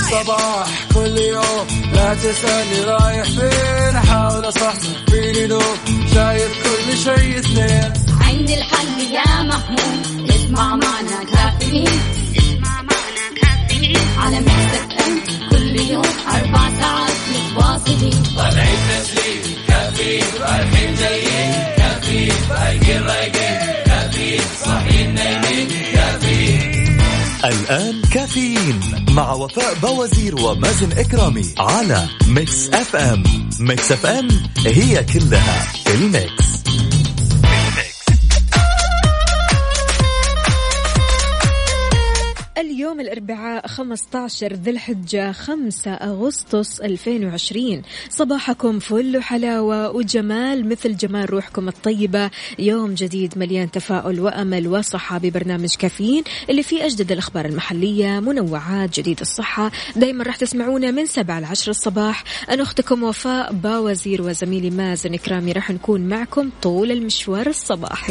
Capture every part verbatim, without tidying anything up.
الصباح كل يوم لا تسألني رايح فين أحاول أصحصح فيني لو شايف كل شيء اثنين عندي الحل يا محمود اسمع معنا كافيين اسمع معنا كافيين على ميكس اف ام كل يوم أربع ساعات متواصلين طالعين تسليم كافيين رايحين جايين كافيين رايقين رايقين كافيين صاحيين نايمين كافيين. الآن كافيين مع وفاء بوازير ومازن إكرامي على ميكس اف ام. ميكس اف ام هي كلها في الميكس. اليوم الأربعاء خمسة عشر ذي الحجة خمسة أغسطس ألفين وعشرين. صباحكم فل وحلاوة وجمال مثل جمال روحكم الطيبة. يوم جديد مليان تفاؤل وأمل وصحة ببرنامج كافيين اللي فيه أجدد الأخبار المحلية منوعات جديد الصحة. دايما راح تسمعونا من سبعة لعشر الصباح. أنا أختكم وفاء باوزير وزميلي مازن إكرامي راح نكون معكم طول المشوار الصباحي.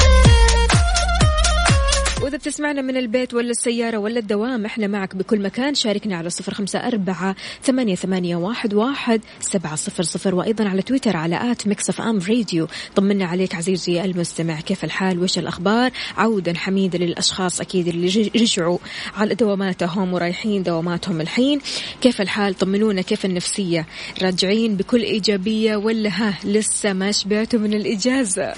وإذا بتسمعنا من البيت ولا السيارة ولا الدوام احنا معك بكل مكان. شاركنا على صفر خمسة أربعة ثمانية ثمانية واحد واحد سبعة صفر صفر وأيضا على تويتر على آت ميكس أف أم راديو. طمنا عليك عزيزي المستمع كيف الحال وش الأخبار. عودا حميدا للأشخاص أكيد اللي رجعوا على دواماتهم ورايحين دواماتهم الحين. كيف الحال طمنونا كيف النفسية راجعين بكل إيجابية ولا ها لسه ما شبعتوا من الإجازة.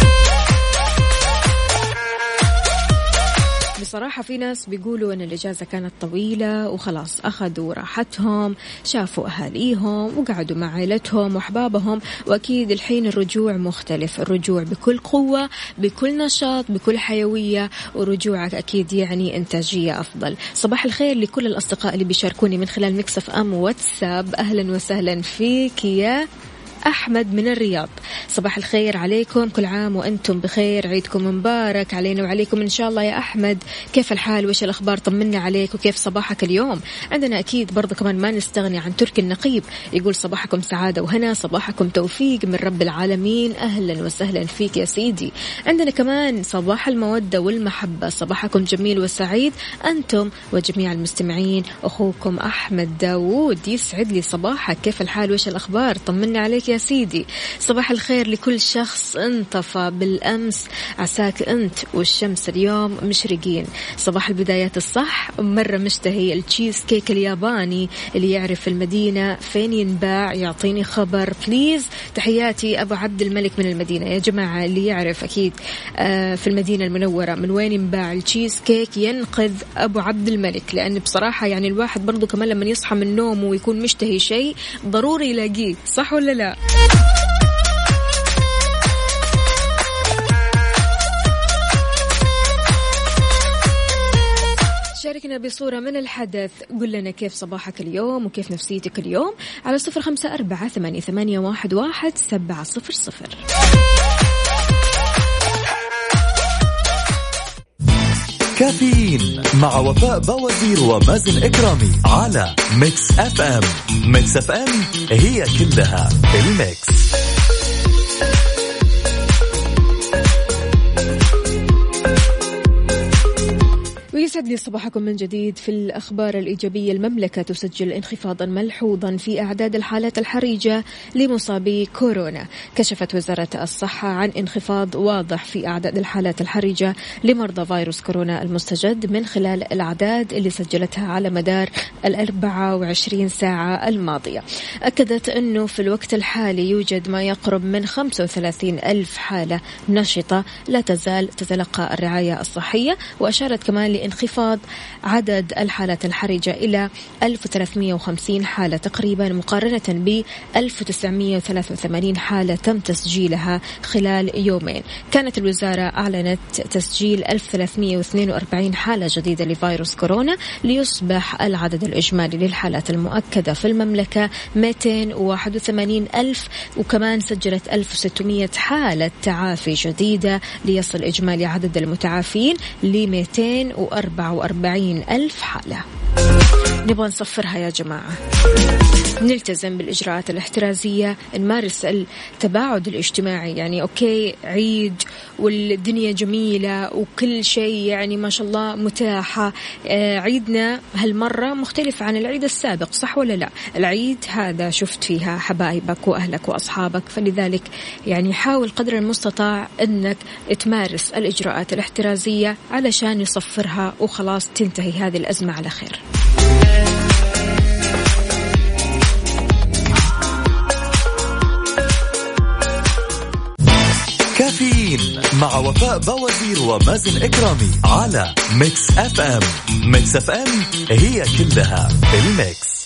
بصراحة في ناس بيقولوا أن الإجازة كانت طويلة وخلاص أخذوا راحتهم شافوا أهاليهم وقعدوا مع عائلتهم وأحبابهم. وأكيد الحين الرجوع مختلف. الرجوع بكل قوة بكل نشاط بكل حيوية ورجوعك أكيد يعني إنتاجية أفضل. صباح الخير لكل الأصدقاء اللي بيشاركوني من خلال ميكس أف أم واتساب. أهلا وسهلا فيك يا أحمد من الرياض. صباح الخير عليكم كل عام وأنتم بخير. عيدكم مبارك علينا وعليكم إن شاء الله يا أحمد. كيف الحال وش الأخبار طمنا عليك وكيف صباحك اليوم. عندنا أكيد برضه كمان ما نستغني عن تركي النقيب يقول صباحكم سعادة وهنا صباحكم توفيق من رب العالمين. أهلا وسهلا فيك يا سيدي. عندنا كمان صباح المودة والمحبة صباحكم جميل وسعيد أنتم وجميع المستمعين. أخوكم أحمد داوود يسعد لي صباحك. كيف الحال وش الأخبار طمنا عليك يا سيدي. صباح الخير لكل شخص انطفى بالأمس عساك أنت والشمس اليوم مشرقين. صباح البدايات الصح مرة مشتهي التشيز كيك الياباني اللي يعرف المدينة فين ينباع يعطيني خبر بليز. تحياتي أبو عبد الملك من المدينة. يا جماعة اللي يعرف أكيد آه في المدينة المنورة من وين ينباع التشيز كيك ينقذ أبو عبد الملك. لأن بصراحة يعني الواحد برضو كمان لما يصحى من نومه ويكون مشتهي شيء ضروري يلاقيه صح ولا لا. شاركنا بصورة من الحدث. قل لنا كيف صباحك اليوم وكيف نفسيتك اليوم على صفر خمسة أربعة ثمانية ثمانية واحد واحد سبعة صفر صفر. كافيين مع وفاء بوازير ومازن إكرامي على ميكس اف ام. ميكس اف ام هي كلها الميكس. ويسعد لي صباحكم من جديد. في الأخبار الإيجابية المملكة تسجل انخفاضا ملحوظا في أعداد الحالات الحرجة لمصابي كورونا. كشفت وزارة الصحة عن انخفاض واضح في أعداد الحالات الحرجة لمرضى فيروس كورونا المستجد من خلال الأعداد اللي سجلتها على مدار الأربعة وعشرين ساعة الماضية. أكدت أنه في الوقت الحالي يوجد ما يقرب من خمسة وثلاثين ألف حالة نشطة لا تزال تتلقى الرعاية الصحية. وأشارت كمان لانخفاض عدد الحالات الحرجة إلى ألف وثلاثمئة وخمسين حالة تقريبا مقارنة ب ألف وتسعمئة وثلاثة وثمانين حالة تم تسجيلها خلال يومين. كانت الوزارة أعلنت تسجيل ألف وثلاثمئة واثنين وأربعين حالة جديدة لفيروس كورونا ليصبح العدد الإجمالي للحالات المؤكدة في المملكة مئتين وواحد وثمانين ألف. وكمان سجلت ألف وستمئة حالة تعافي جديدة ليصل إجمالي عدد المتعافين ل مئتين وأربعة وأربعين ألف حالة. نبغى نصفرها يا جماعة، نلتزم بالإجراءات الاحترازية، نمارس التباعد الاجتماعي. يعني أوكي عيد والدنيا جميلة وكل شيء يعني ما شاء الله متاحة، آه عيدنا هالمرة مختلف عن العيد السابق، صح ولا لا؟ العيد هذا شفت فيها حبايبك وأهلك وأصحابك، فلذلك يعني حاول قدر المستطاع أنك تمارس الإجراءات الاحترازية علشان يصفرها وخلاص تنتهي هذه الأزمة على خير. كافيين مع وفاء بوازير ومازن إكرامي على ميكس اف ام. ميكس اف ام هي كلها الميكس.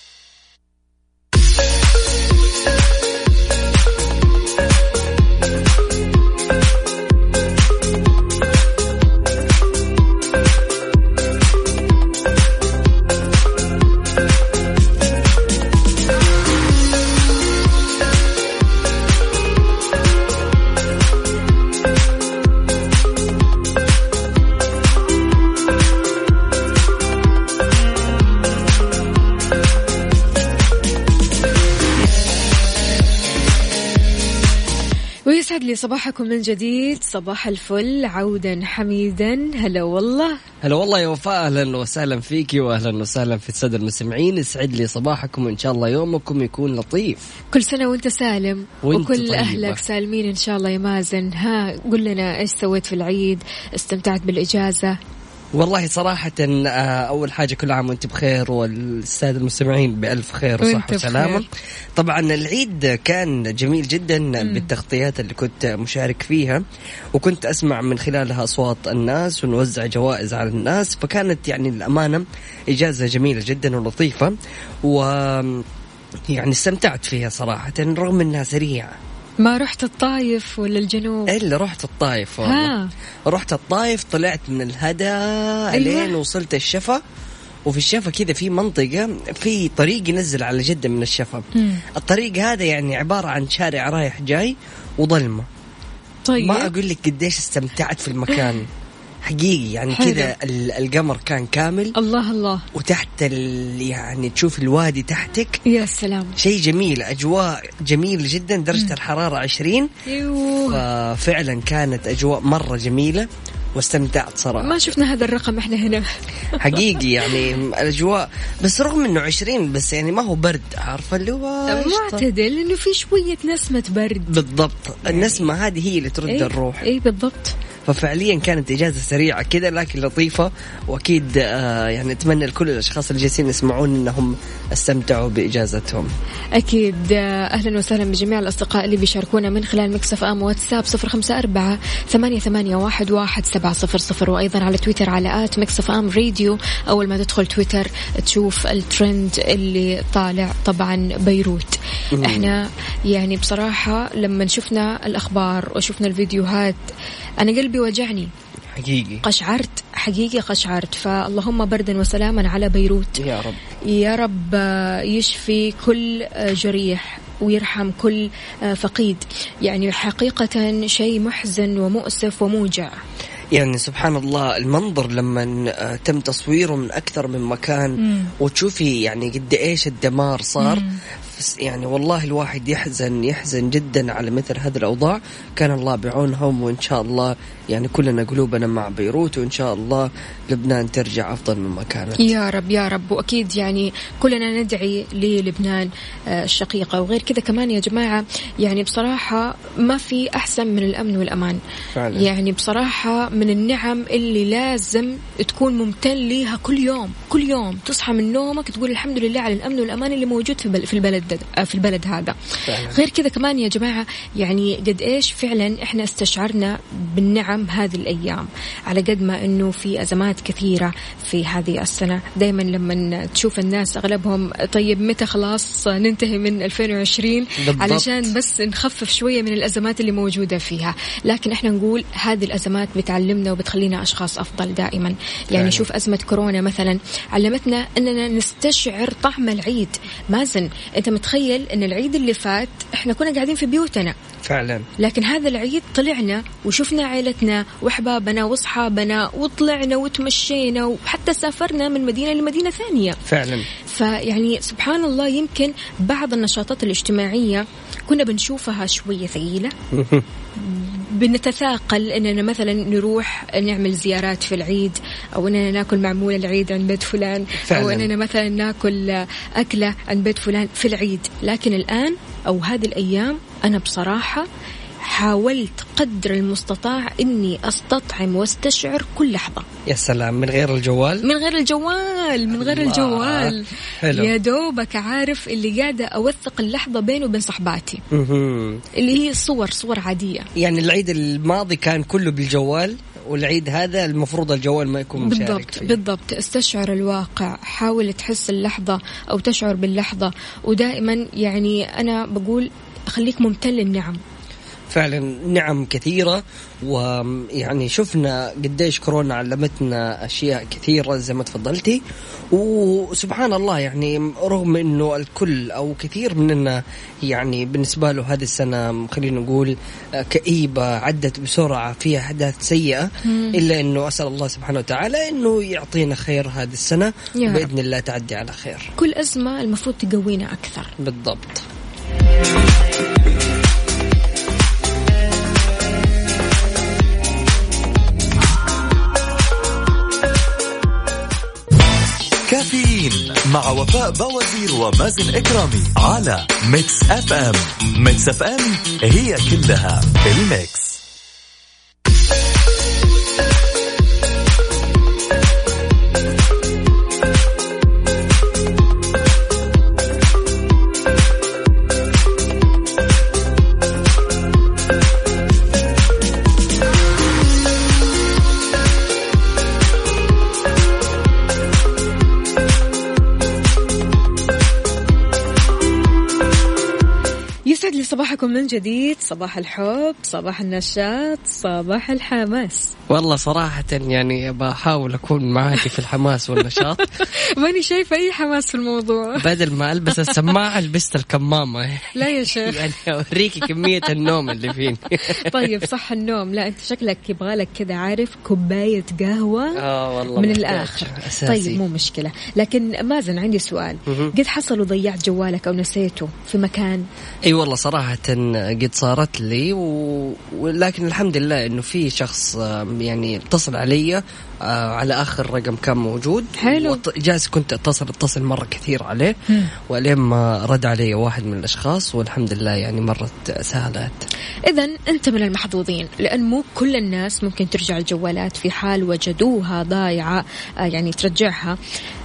ويسعد لي صباحكم من جديد، صباح الفل عودا حميدا. هلا والله هلا والله يا وفاء، أهلا وسهلا فيكي وأهلا وسهلا في السادة المستمعين. يسعد لي صباحكم وإن شاء الله يومكم يكون لطيف. كل سنة وانت سالم وانت وكل طيبة. أهلك سالمين إن شاء الله يا مازن. ها قل لنا إيش سويت في العيد؟ استمتعت بالإجازة؟ والله صراحة أول حاجة كل عام وانت بخير والسادة المستمعين بألف خير وصحة وسلامة. طبعا العيد كان جميل جدا م. بالتغطيات اللي كنت مشارك فيها، وكنت أسمع من خلالها أصوات الناس ونوزع جوائز على الناس، فكانت يعني الأمانة إجازة جميلة جدا ولطيفة، و يعني استمتعت فيها صراحة رغم أنها سريعة. ما رحت الطايف ولا الجنوب؟ إلا رحت الطايف والله. رحت الطايف، طلعت من الهدى أيوة. لين وصلت الشفا، وفي الشفا كذا في منطقة في طريق ينزل على جدة من الشفا. م. الطريق هذا يعني عبارة عن شارع رايح جاي وظلمة. طيب. ما أقول لك قديش استمتعت في المكان حقيقي، يعني كذا القمر كان كامل. الله الله. وتحت يعني تشوف الوادي تحتك. يا سلام، شيء جميل، أجواء جميل جدا. درجة م. الحرارة عشرين. أيوه. ففعلا كانت أجواء مرة جميلة واستمتعت صراحة. ما شفنا هذا الرقم احنا هنا حقيقي يعني الأجواء، بس رغم انه عشرين بس يعني ما هو برد، عارفة اللي هو معتدل، انه في شوية نسمة برد. بالضبط، النسمة هذه هي اللي ترد ايه الروح. ايه بالضبط. ففعليا كانت إجازة سريعة كده لكن لطيفة، وأكيد آه يعني أتمنى لكل الأشخاص اللي جالسين يسمعون أنهم استمتعوا بإجازتهم. أكيد. آه أهلا وسهلا بجميع الأصدقاء اللي بيشاركونا من خلال ميكس اف ام واتساب صفر خمسة أربعة ثمانية ثمانية واحد واحد سبعة صفر صفر، وأيضا على تويتر على آت ميكس اف ام راديو. أول ما تدخل تويتر تشوف الترند اللي طالع طبعا بيروت. مم. احنا يعني بصراحة لما شفنا الأخبار وشفنا الفيديوهات أنا قلبي وجعني حقيقي، قشعرت حقيقي قشعرت. فاللهم بردا وسلاما على بيروت يا رب. يا رب يشفي كل جريح ويرحم كل فقيد. يعني حقيقة شيء محزن ومؤسف وموجع. يعني سبحان الله المنظر لما تم تصويره من أكثر من مكان مم. وتشوفي يعني قد إيش الدمار صار. مم. يعني والله الواحد يحزن يحزن جدا على مثل هذه الأوضاع. كان الله بعونهم، وإن شاء الله يعني كلنا قلوبنا مع بيروت، وإن شاء الله لبنان ترجع أفضل من مكانها يا رب يا رب. وأكيد يعني كلنا ندعي للبنان الشقيقة. وغير كذا كمان يا جماعة يعني بصراحة ما في أحسن من الأمن والأمان فعلا. يعني بصراحة من النعم اللي لازم تكون ممتن ليها كل يوم. كل يوم تصحى من نومك تقول الحمد لله على الأمن والأمان اللي موجود في البلد في البلد هذا فعلا. غير كذا كمان يا جماعة يعني قد إيش فعلا إحنا استشعرنا بالنعم هذه الأيام، على قد ما إنه في أزمات كثيرة في هذه السنة. دايما لما تشوف الناس أغلبهم طيب متى خلاص ننتهي من ألفين وعشرين بالضبط. علشان بس نخفف شوية من الأزمات اللي موجودة فيها. لكن إحنا نقول هذه الأزمات بتعلمنا وبتخلينا أشخاص أفضل دائما. يعني فعلا. شوف أزمة كورونا مثلا علمتنا أننا نستشعر طعم العيد. مازن أنت متخيل أن العيد اللي فات إحنا كنا قاعدين في بيوتنا فعلا. لكن هذا العيد طلعنا وشفنا عائلتنا وأحبابنا وأصحابنا وطلعنا وتمشينا وحتى سافرنا من مدينة لمدينة ثانية فعلا. فيعني سبحان الله يمكن بعض النشاطات الاجتماعية كنا بنشوفها شوية ثقيلة بنتثاقل إننا مثلا نروح نعمل زيارات في العيد أو إننا ناكل معمول العيد عند بيت فلان فعلا. أو إننا مثلا ناكل أكلة عند بيت فلان في العيد. لكن الآن أو هذه الأيام أنا بصراحة حاولت قدر المستطاع إني أستطعم واستشعر كل لحظة. يا سلام، من غير الجوال من غير الجوال من غير الجوال حلو. يا دوبك عارف اللي قاعدة أوثق اللحظة بيني وبين صحباتي اللي هي صور صور عادية. يعني العيد الماضي كان كله بالجوال والعيد هذا المفروض الجوال ما يكون مشارك بالضبط فيه. بالضبط. استشعر الواقع، حاول تحس اللحظة أو تشعر باللحظة. ودائما يعني أنا بقول خليك ممتن للنعم. فعلا نعم كثيرة، ويعني شفنا قديش كورونا علمتنا أشياء كثيرة زي ما تفضلتي. وسبحان الله يعني رغم أنه الكل أو كثير مننا يعني بالنسبة له هذه السنة خلينا نقول كئيبة عدت بسرعة فيها أحداث سيئة، إلا أنه أسأل الله سبحانه وتعالى أنه يعطينا خير هذه السنة بإذن الله تعدي على خير. كل أزمة المفروض تقوينا أكثر. بالضبط. كافيين مع وفاء بوازير ومازن إكرامي على ميكس اف ام. ميكس اف ام هي كلها الميكس. صباحكم من جديد، صباح الحب، صباح النشاط، صباح الحماس. والله صراحة يعني بحاول أكون معاك في الحماس والنشاط. ماني شايفة أي حماس في الموضوع. بدل ما ألبس السماعة لبست الكمامة. لا يا شيخ. يعني أوريكي كمية النوم اللي فين. طيب صح النوم، لا أنت شكلك يبغالك كذا عارف كوباية قهوة آه والله من الآخر. أساسي. طيب مو مشكلة، لكن مازن عندي سؤال. قد حصل وضيعت جوالك أو نسيته في مكان؟ أي أيوة والله صراحة قد صارت لي و... ولكن الحمد لله إنه في شخص يعني اتصل علي على آخر رقم كان موجود. حلو. جالس كنت اتصل اتصل مرة كثير عليه ولين ما رد علي واحد من الأشخاص والحمد لله يعني مرت سهلت. إذن أنت من المحظوظين، لأن مو كل الناس ممكن ترجع الجوالات في حال وجدوها ضايعة يعني ترجعها.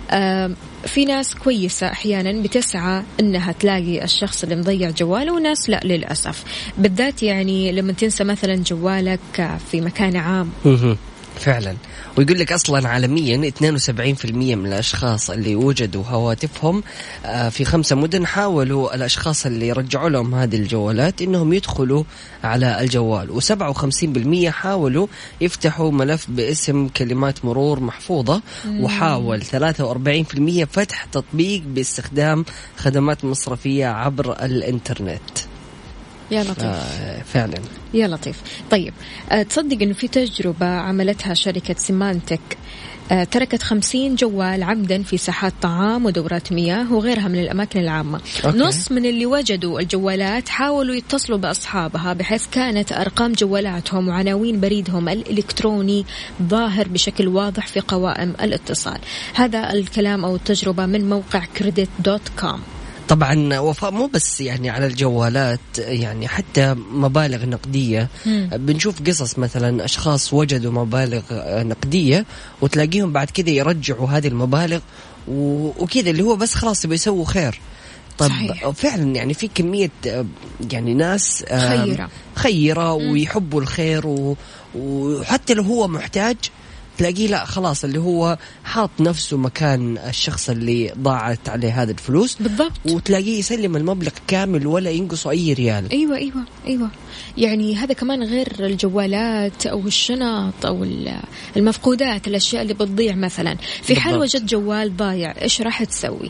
في ناس كويسة أحيانا بتسعى أنها تلاقي الشخص اللي مضيع جواله، وناس لا للأسف، بالذات يعني لما تنسى مثلا جوالك في مكان عام. فعلا. ويقول لك أصلا عالميا اثنين وسبعين بالمئة من الأشخاص اللي وجدوا هواتفهم في خمسة مدن حاولوا الأشخاص اللي يرجعوا لهم هذه الجوالات إنهم يدخلوا على الجوال، وسبعة وخمسين بالمئة حاولوا يفتحوا ملف باسم كلمات مرور محفوظة، وحاول ثلاثة وأربعين بالمئة فتح تطبيق باستخدام خدمات مصرفية عبر الإنترنت. يا لطيف. آه فعلا يا لطيف. طيب أه تصدق أنه في تجربة عملتها شركة سيمانتك، أه تركت خمسين جوال عمدا في ساحات طعام ودورات مياه وغيرها من الأماكن العامة. أوكي. نص من اللي وجدوا الجوالات حاولوا يتصلوا بأصحابها بحيث كانت أرقام جوالاتهم وعناوين بريدهم الإلكتروني ظاهر بشكل واضح في قوائم الاتصال. هذا الكلام أو التجربة من موقع كريدت دوت كوم. طبعا وفاء مو بس يعني على الجوالات، يعني حتى مبالغ نقدية. مم. بنشوف قصص مثلا أشخاص وجدوا مبالغ نقدية وتلاقيهم بعد كده يرجعوا هذه المبالغ وكذا اللي هو بس خلاص بيسووا خير. طب صحيح. فعلا يعني في كمية يعني ناس خيرة خيرة ويحبوا الخير، وحتى لو هو محتاج تلاقيه لا خلاص اللي هو حاط نفسه مكان الشخص اللي ضاعت عليه هذه الفلوس. بالضبط. وتلاقيه يسلم المبلغ كامل ولا ينقصه أي ريال. أيوة أيوة أيوة. يعني هذا كمان غير الجوالات أو الشنط أو المفقودات، الأشياء اللي بتضيع مثلا. في حال بالضبط. وجدت جوال ضايع إيش راح تسوي؟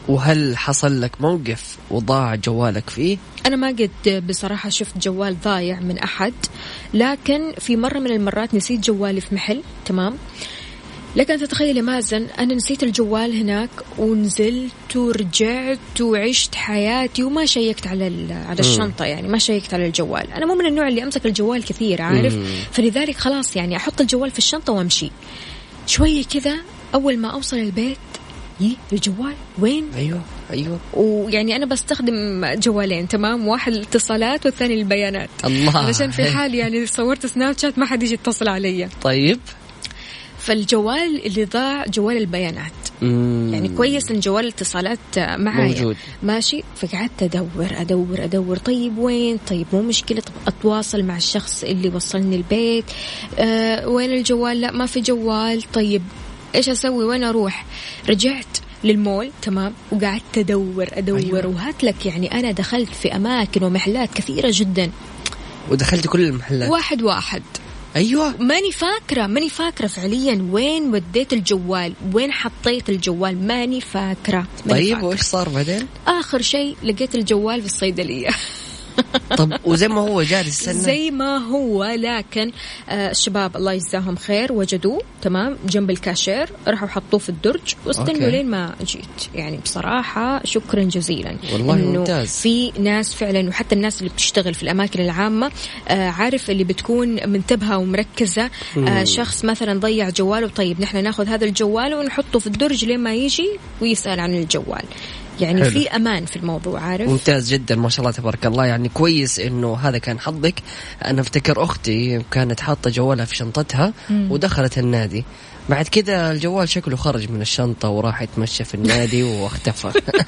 وهل حصل لك موقف وضاع جوالك فيه؟ أنا ما قد بصراحة شفت جوال ضايع من أحد، لكن في مرة من المرات نسيت جوالي في محل، تمام؟ لكن تتخيل يا مازن أنا نسيت الجوال هناك ونزلت ورجعت وعشت حياتي وما شيكت على على الشنطة، يعني ما شيكت على الجوال. أنا مو من النوع اللي أمسك الجوال كثير، عارف؟ مم. فلذلك خلاص يعني أحط الجوال في الشنطة وأمشي شوية كذا. أول ما أوصل البيت يي الجوال وين؟ أيوة أيوة. ويعني أنا بستخدم جوالين، تمام؟ واحد الاتصالات والثاني البيانات. الله. علشان في حال يعني صورت سناب شات ما حد يجي يتصل علي. طيب. فالجوال اللي ضاع جوال البيانات. مم. يعني كويس ان جوال الاتصالات معايا موجود ماشي. فقعدت ادور ادور ادور طيب وين؟ طيب مو مشكله، طب اتواصل مع الشخص اللي وصلني البيت. آه وين الجوال؟ لا ما في جوال. طيب ايش اسوي؟ وين اروح؟ رجعت للمول، تمام، وقعدت ادور ادور. أيوة. وهات لك يعني انا دخلت في اماكن ومحلات كثيره جدا، ودخلت كل المحلات واحد واحد. أيوة. ماني فاكرة ماني فاكرة فعليا وين وديت الجوال، وين حطيت الجوال، ماني فاكرة. ماني طيب فاكرة. وإيش صار بعدين؟ آخر شيء لقيت الجوال في الصيدلية. طب وزي ما هو جالس السنة زي ما هو، لكن آه الشباب الله يجزاهم خير وجدوه تمام جنب الكاشير، راحوا حطوه في الدرج واستنوا لين ما جيت. يعني بصراحة شكرا جزيلا والله ممتاز. في ناس فعلا، وحتى الناس اللي بتشتغل في الأماكن العامة آه عارف اللي بتكون منتبهة ومركزة. آه شخص مثلا ضيع جواله، طيب نحن ناخذ هذا الجوال ونحطه في الدرج لين ما يجي ويسأل عن الجوال. يعني حلو. في أمان في الموضوع، عارف؟ ممتاز جدا ما شاء الله تبارك الله. يعني كويس إنه هذا كان حظك. أنا افتكر أختي كانت حاطة جوالها في شنطتها مم. ودخلت النادي، بعد كده الجوال شكله خرج من الشنطة وراح يتمشى في النادي واختفى.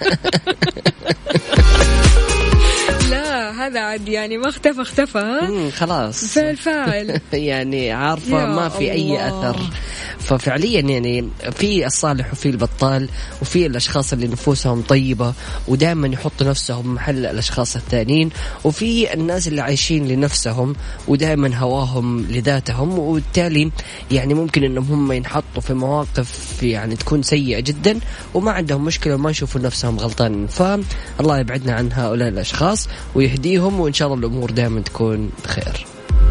لا هذا عاد يعني ما اختفى اختفى خلاص فعل فاعل. يعني عارفة ما في أي أثر. ففعليا يعني في الصالح وفي البطال، وفي الأشخاص اللي نفوسهم طيبة ودائما يحطوا نفسهم محل الأشخاص الثانيين، وفي الناس اللي عايشين لنفسهم ودائما هواهم لذاتهم، وبالتالي يعني ممكن إنهم هم ينحطوا في مواقف يعني تكون سيئة جدا وما عندهم مشكلة وما يشوفوا نفسهم غلطان. فالله يبعدنا عن هؤلاء الأشخاص ويهديهم، وإن شاء الله الأمور دائما تكون بخير.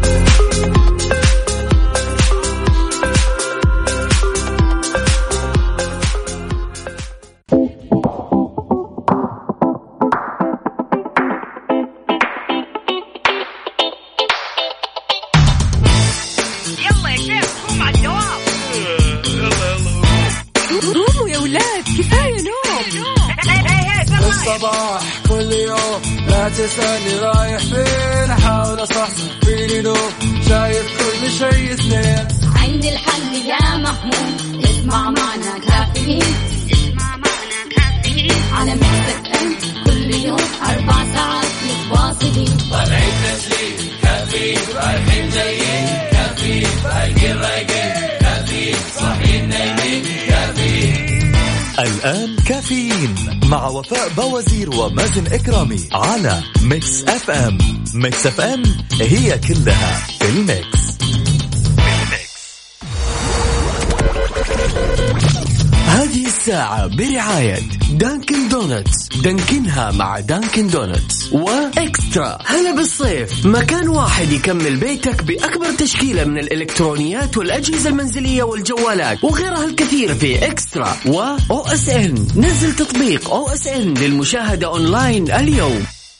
الصباح كل يوم لا تسألني رايح فين، أحاول أصحصح فيني نوم شايف كل شيء اثنين. عندي الحل يا محمود، اسمع معنا كافيين، اسمع معنا كافيين على مكتب أم كل يوم أربع ساعات متواصلين. طالعين تسليم كافيين، رايحين جايين كافيين، رايقين رايقين كافيين، صاحيين نايمين كافيين. الآن كافيين مع وفاء بوازير ومازن إكرامي على ميكس أف أم. ميكس أف أم هي كلها في الميكس. هذه الساعة برعاية دانكن دونتس، دانكنها مع دانكن دونتس، وإكسترا. هلا بالصيف، مكان واحد يكمل بيتك بأكبر تشكيلة من الإلكترونيات والأجهزة المنزلية والجوالات وغيرها الكثير في إكسترا و أو إس إن. نزل تطبيق أو إس إن للمشاهدة أونلاين اليوم.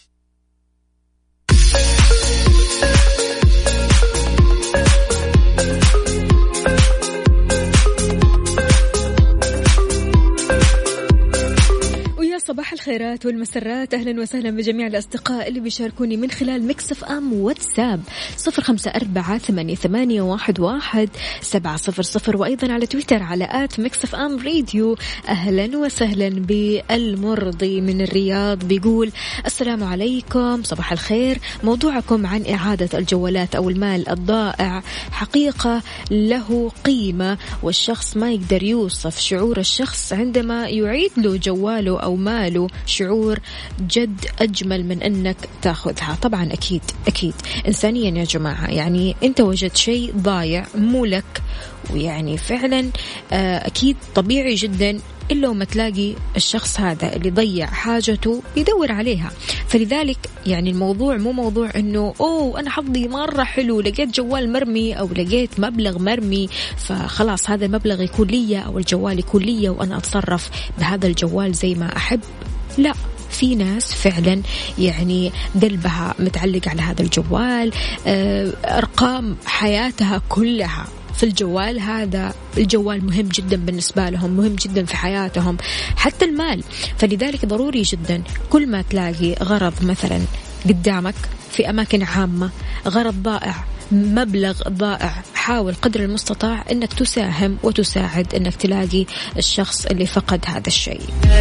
صباح الخيرات والمسرات، أهلا وسهلا بجميع الأصدقاء اللي بيشاركوني من خلال ميكس أف أم واتساب صفر خمسة أربعة ثمانية ثمانية واحد واحد سبعة صفر صفر، وأيضا على تويتر على آت ميكس أف أم راديو. أهلا وسهلا بالمرضي من الرياض، بيقول السلام عليكم صباح الخير، موضوعكم عن إعادة الجوالات أو المال الضائع حقيقة له قيمة، والشخص ما يقدر يوصف شعور الشخص عندما يعيد له جواله أو ماله، شعور جد أجمل من أنك تأخذها. طبعا أكيد أكيد إنسانيا يا جماعة، يعني أنت وجدت شيء ضايع مو لك ويعني فعلا أكيد طبيعي جدا إلا وما تلاقي الشخص هذا اللي ضيع حاجته يدور عليها. فلذلك يعني الموضوع مو موضوع إنه أوه أنا حظي مرة حلو لقيت جوال مرمي أو لقيت مبلغ مرمي فخلاص هذا المبلغ يكون لي أو الجوال يكون لي وأنا أتصرف بهذا الجوال زي ما أحب. لا، في ناس فعلا يعني قلبها متعلق على هذا الجوال، أرقام حياتها كلها في الجوال هذا. الجوال مهم جدا بالنسبة لهم، مهم جدا في حياتهم، حتى المال. فلذلك ضروري جدا كل ما تلاقي غرض مثلا قدامك في أماكن عامة، غرض ضائع، مبلغ ضائع، حاول قدر المستطاع أنك تساهم وتساعد أنك تلاقي الشخص اللي فقد هذا الشيء.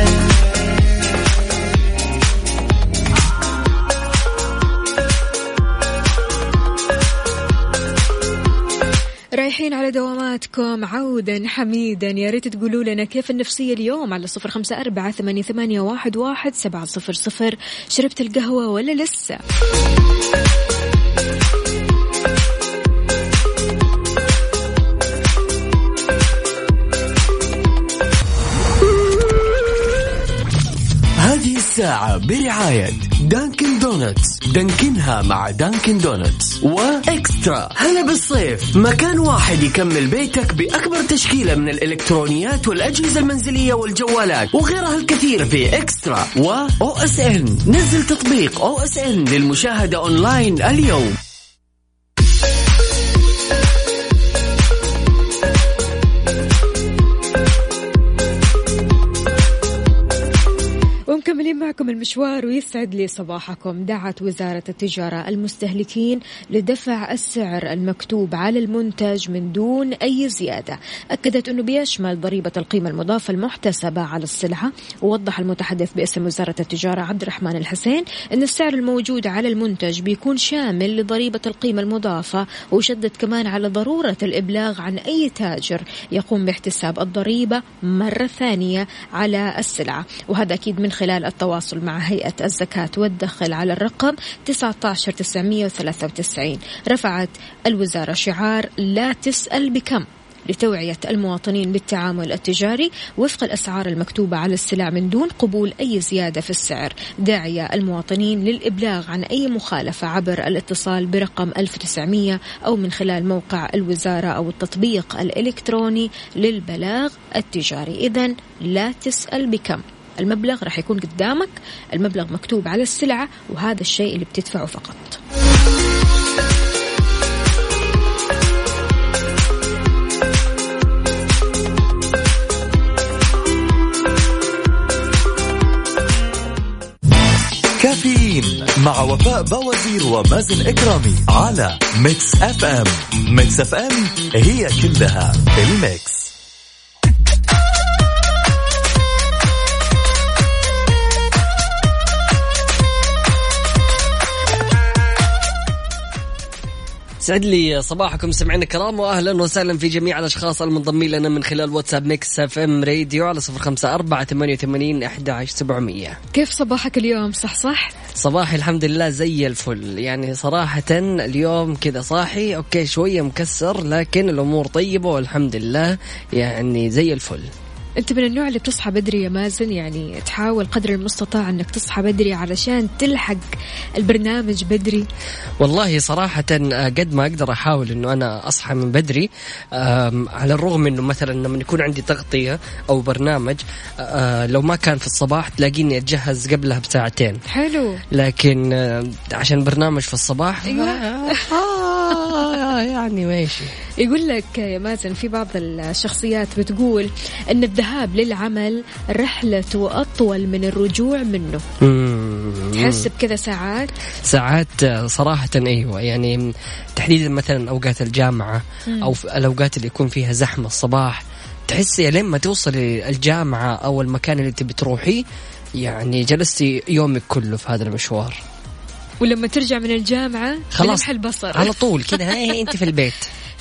رايحين على دواماتكم عودا حميدا، يا ريت تقولوا لنا كيف النفسية اليوم على صفر خمسة أربعة ثمانية ثمانية واحد واحد سبعة صفر صفر. شربت القهوة ولا لسه؟ هذه الساعة برعاية دانكن دونتس، دانكنها مع دانكن دونتس، وإكسترا. هلا بالصيف، مكان واحد يكمل بيتك بأكبر تشكيلة من الإلكترونيات والأجهزة المنزلية والجوالات وغيرها الكثير في إكسترا و أو إس إن. نزل تطبيق أو إس إن للمشاهدة أونلاين اليوم. مكملين معكم المشوار ويسعد لي صباحكم. دعت وزارة التجارة المستهلكين لدفع السعر المكتوب على المنتج من دون أي زيادة. أكدت أنه بيشمل ضريبة القيمة المضافة المحتسبة على السلعة. ووضح المتحدث باسم وزارة التجارة عبد الرحمن الحسين أن السعر الموجود على المنتج بيكون شامل لضريبة القيمة المضافة، وشدد كمان على ضرورة الإبلاغ عن أي تاجر يقوم باحتساب الضريبة مرة ثانية على السلعة. وهذا أكيد من خلال التواصل مع هيئة الزكاة والدخل على الرقم تسعة عشر تسعمية وثلاثة وتسعين. رفعت الوزارة شعار لا تسأل بكم لتوعية المواطنين بالتعامل التجاري وفق الأسعار المكتوبة على السلع من دون قبول أي زيادة في السعر، داعية المواطنين للإبلاغ عن أي مخالفة عبر الاتصال برقم ألف وتسعمية أو من خلال موقع الوزارة أو التطبيق الإلكتروني للبلاغ التجاري. إذن لا تسأل بكم، المبلغ راح يكون قدامك، المبلغ مكتوب على السلعة، وهذا الشيء اللي بتدفعه فقط. كافيين مع وفاء بوازير ومازن إكرامي على ميكس اف ام. ميكس اف ام هي كلها الميكس. سعد لي صباحكم سمعنا الكرام، واهلا وسهلا في جميع الاشخاص المنضمين لنا من خلال واتساب ميكس اف ام راديو على صفر خمسة أربعة ثمانية وثمانين أحد عشر سبعمية. كيف صباحك اليوم؟ صح صح صباحي الحمد لله زي الفل، يعني صراحة اليوم كذا صاحي اوكي شوية مكسر لكن الامور طيبة والحمد لله يعني زي الفل. أنت من النوع اللي بتصحى بدري يا مازن؟ يعني تحاول قدر المستطاع أنك تصحى بدري علشان تلحق البرنامج بدري؟ والله صراحة قد ما أقدر أحاول أنه أنا أصحى من بدري، على الرغم أنه مثلا لما يكون عندي تغطية أو برنامج لو ما كان في الصباح تلاقيني أتجهز قبلها بساعتين. حلو. لكن عشان برنامج في الصباح أيوة. يعني ماشي. يقول لك يا مازن في بعض الشخصيات بتقول أن الذهاب للعمل رحلته أطول من الرجوع منه. تحس بكذا ساعات؟ ساعات صراحة أيوة، يعني تحديدا مثلا أوقات الجامعة أو الأوقات اللي يكون فيها زحمة الصباح، تحس لما توصل الجامعة أو المكان اللي تبي تروحيه يعني جلستي يومك كله في هذا المشوار، ولما ترجع من الجامعة خلاص البصر على طول كده هاي انت في البيت.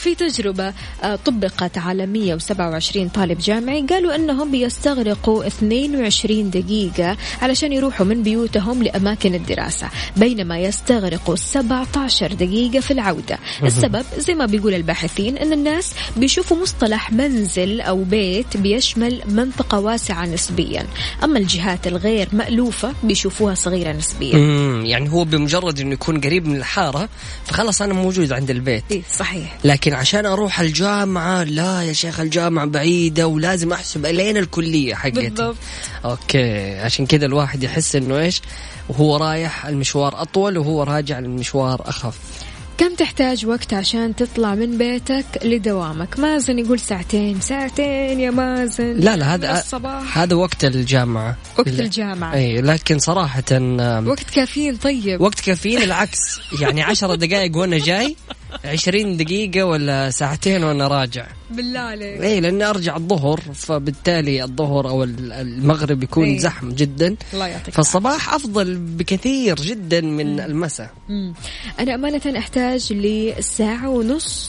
في تجربة طبقت على مية وسبعة وعشرين طالب جامعي، قالوا أنهم بيستغرقوا اثنين وعشرين دقيقة علشان يروحوا من بيوتهم لأماكن الدراسة، بينما يستغرقوا سبعة عشر دقيقة في العودة. السبب زي ما بيقول الباحثين أن الناس بيشوفوا مصطلح منزل أو بيت بيشمل منطقة واسعة نسبيا، أما الجهات الغير مألوفة بيشوفوها صغيرة نسبيا. يعني هو بمجرد أنه يكون قريب من الحارة فخلص أنا موجود عند البيت. إيه صحيح. لكن عشان أروح الجامعة لا يا شيخ، الجامعة بعيدة ولازم أحسب ألين الكلية حقتي. بالضبط. أوكي، عشان كده الواحد يحس إنه إيش، وهو رايح المشوار أطول وهو راجع المشوار أخف. كم تحتاج وقت عشان تطلع من بيتك لدوامك؟ مازن يقول ساعتين. ساعتين يا مازن؟ لا لا، هذا الصباح. هذا وقت الجامعة. وقت الجامعة. أي لكن صراحة وقت كافيين. طيب وقت كافيين العكس، يعني عشر دقائق وأنا جاي، عشرين دقيقة ولا ساعتين وأنا راجع. بالله عليك. إيه لأني أرجع الظهر، فبالتالي الظهر أو المغرب يكون إيه؟ زحم جدا. الله يعطيك. فالصباح أفضل بكثير جدا من المساء. أنا أمانة أحتاج لساعة ونص،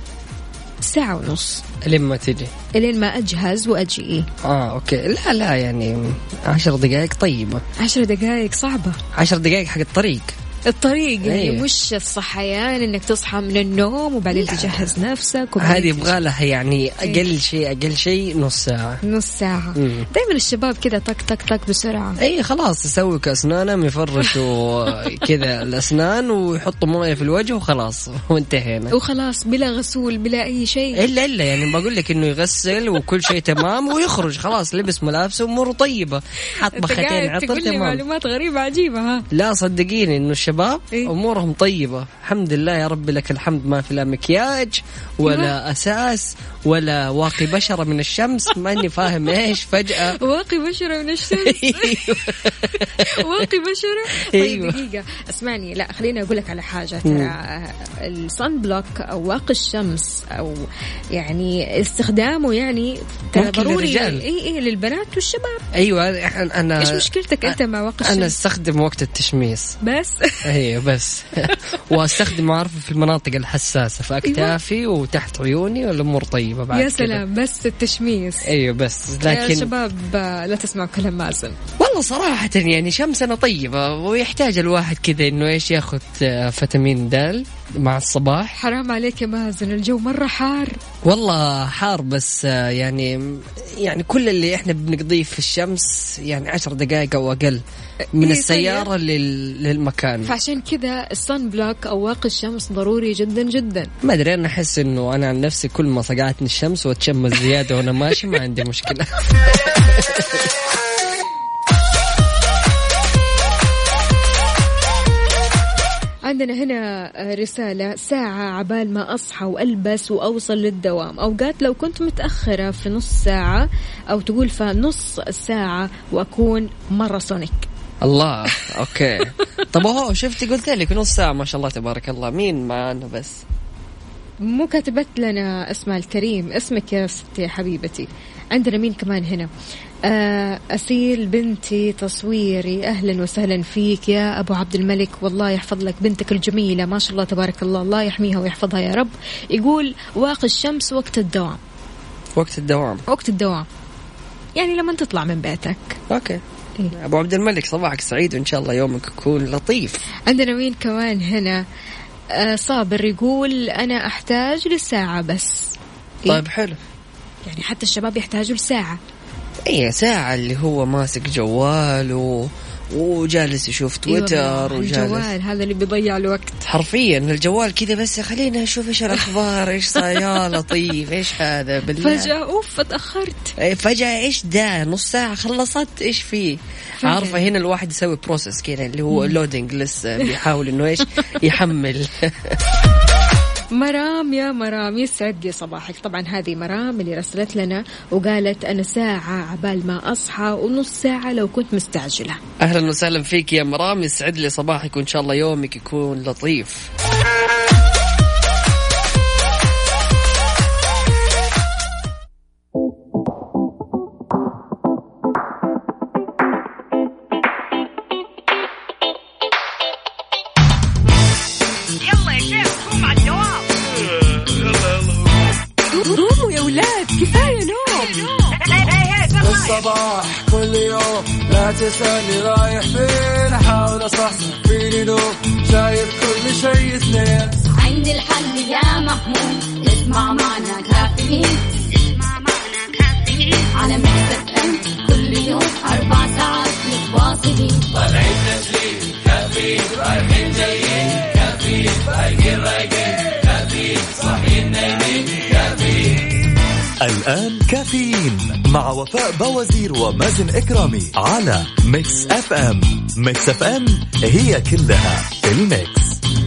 ساعة ونص لين ما تجي، لين ما أجهز وأجي. إيه؟ آه أوكي. لا لا يعني عشر دقائق طيبة. عشر دقائق صعبة. عشر دقائق حق الطريق. الطريق يعني أيه. مش الصحيان انك تصحى من النوم وبعدين تجهز نفسك. هذه يبغى لها يعني اقل شيء اقل شيء نص ساعه. نص ساعه. دائما الشباب كذا طق طق طق بسرعه. اي خلاص يسوي كاسنانهم، يفرشوا كذا الاسنان ويحطوا مويه في الوجه وخلاص وانتهينا وخلاص بلا غسول بلا اي شيء. الا الا يعني بقول لك انه يغسل وكل شيء تمام ويخرج خلاص لبس ملابسه واموره طيبه، حط بختين عطر تمام. معلومات غريبه عجيبه. ها لا صدقيني انه الشباب إيه؟ امورهم طيبه الحمد لله يا رب لك الحمد، ما في لا مكياج ولا اساس ولا واقي بشره من الشمس، ما اني فاهم ايش فجاه واقي بشره من الشمس. واقي بشره. طيب دقيقه اسمعني، لا خليني اقول لك على حاجه. ترى الصن بلوك او واقي الشمس او يعني استخدامه يعني ترى ضروري. اي اي للبنات والشباب. ايوه انا ايش مشكلتك انت مع واقي الشمس؟ انا استخدم وقت التشميس بس. ايوه بس. واستخدم عارفه في المناطق الحساسه في اكتافي وتحت عيوني والامور طيبه بعد. يا سلام كده. بس التشميس. ايوه بس. لكن يا شباب لا تسمعوا كلام مازن. والله صراحه يعني شمسنا طيبه ويحتاج الواحد كذا انه ايش ياخذ فيتامين د مع الصباح. حرام عليك يا مازن، الجو مره حار. والله حار بس يعني يعني كل اللي احنا بنقضيه في الشمس يعني عشر دقائق او اقل من إيه السيارة لل... للمكان. فعشان كذا الصن بلوك أو واقي الشمس ضروري جدا جدا. ما أدري، أنا أحس إنه أنا عن نفسي كل ما صقعتني الشمس وتشمس زيادة وأنا ماشي ما عندي مشكلة. عندنا هنا رسالة: ساعة عبال ما أصحى وألبس وأوصل للدوام، أوقات لو كنت متأخرة في نص ساعة أو تقول في نص الساعة وأكون مرة سونيك. الله أوكي. طب هو شفتي قلت لك نص ساعة ما شاء الله تبارك الله. مين معنا بس؟ مو كاتبت لنا اسمها الكريم. اسمك يا ستي حبيبتي. عندنا مين كمان هنا؟ أسيل بنتي تصويري، أهلا وسهلا فيك يا أبو عبد الملك، والله يحفظ لك بنتك الجميلة ما شاء الله تبارك الله، الله يحميها ويحفظها يا رب. يقول واقي الشمس وقت الدوام. وقت الدوام وقت الدوام يعني لما تطلع من بيتك. أوكي. إيه؟ أبو عبد الملك صباحك سعيد وإن شاء الله يومك يكون لطيف. عندنا مين كمان هنا؟ آه صابر يقول أنا أحتاج لساعة بس. إيه؟ طيب حلو، يعني حتى الشباب يحتاجوا لساعة. ايه ساعة اللي هو ماسك جواله وجالس يشوف تويتر. أيوة وجالس الجوال هذا اللي بيضيع الوقت حرفيا. الجوال كذا بس خلينا نشوف ايش الاخبار ايش صاير لطيف ايش هذا بالله. فجأة اوف اتأخرت. ايه فجأة ايش ده نص ساعة خلصت ايش فيه. عارفة هنا الواحد يسوي بروسس كذا اللي هو لودينج لسه بيحاول انه ايش يحمل. مرام يا مرام يسعد لي صباحك. طبعا هذه مرام اللي رسلت لنا وقالت أنا ساعة عبال ما أصحى ونص ساعة لو كنت مستعجلة. أهلا وسهلا فيك يا مرام، يسعد لي صباحك وإن شاء الله يومك يكون لطيف. صباح كل يوم لا تسألني رايح فين أحاول أصحصح فيني نوم شايف كل شيء اثنين عندي الحل يا محمود اسمع معنا كافيين اسمع معنا كافيين على ميكس اف ام كل يوم أربع ساعات متواصلين طالعين تسليم كافيين رايحين جايين كافيين فايقين رايقين كافيين صاحيين نايمين كافيين. الآن كافيين مع وفاء بوازير ومازن إكرامي على ميكس اف ام. ميكس اف ام هي كلها الميكس.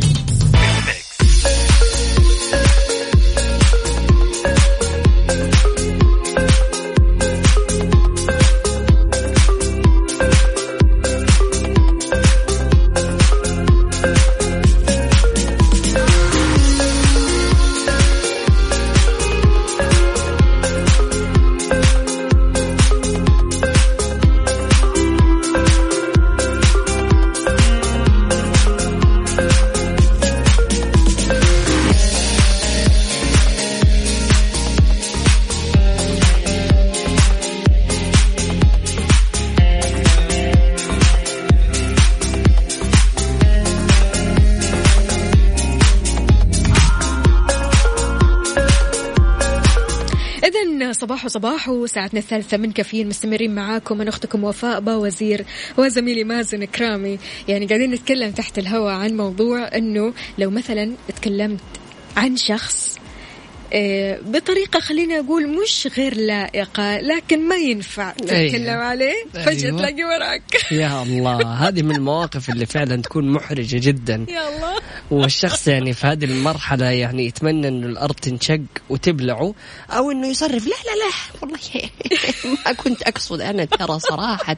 صباح صباح وساعتنا الثالثة من كافيين مستمرين معاكم. أنا أختكم وفاء باوزير وزميلي مازن كرامي. يعني قاعدين نتكلم تحت الهواء عن موضوع أنه لو مثلا تكلمت عن شخص بطريقة خلينا أقول مش غير لائقة لكن ما ينفع تتكلم عليه فجأة أيوة. تلاقي وراك يا الله. هذه من المواقف اللي فعلا تكون محرجة جدا يا الله. والشخص يعني في هذه المرحلة يعني يتمنى أنه الأرض تنشق وتبلعه أو أنه يصرف لا لا لا والله ما كنت أقصد أنا ترى صراحة.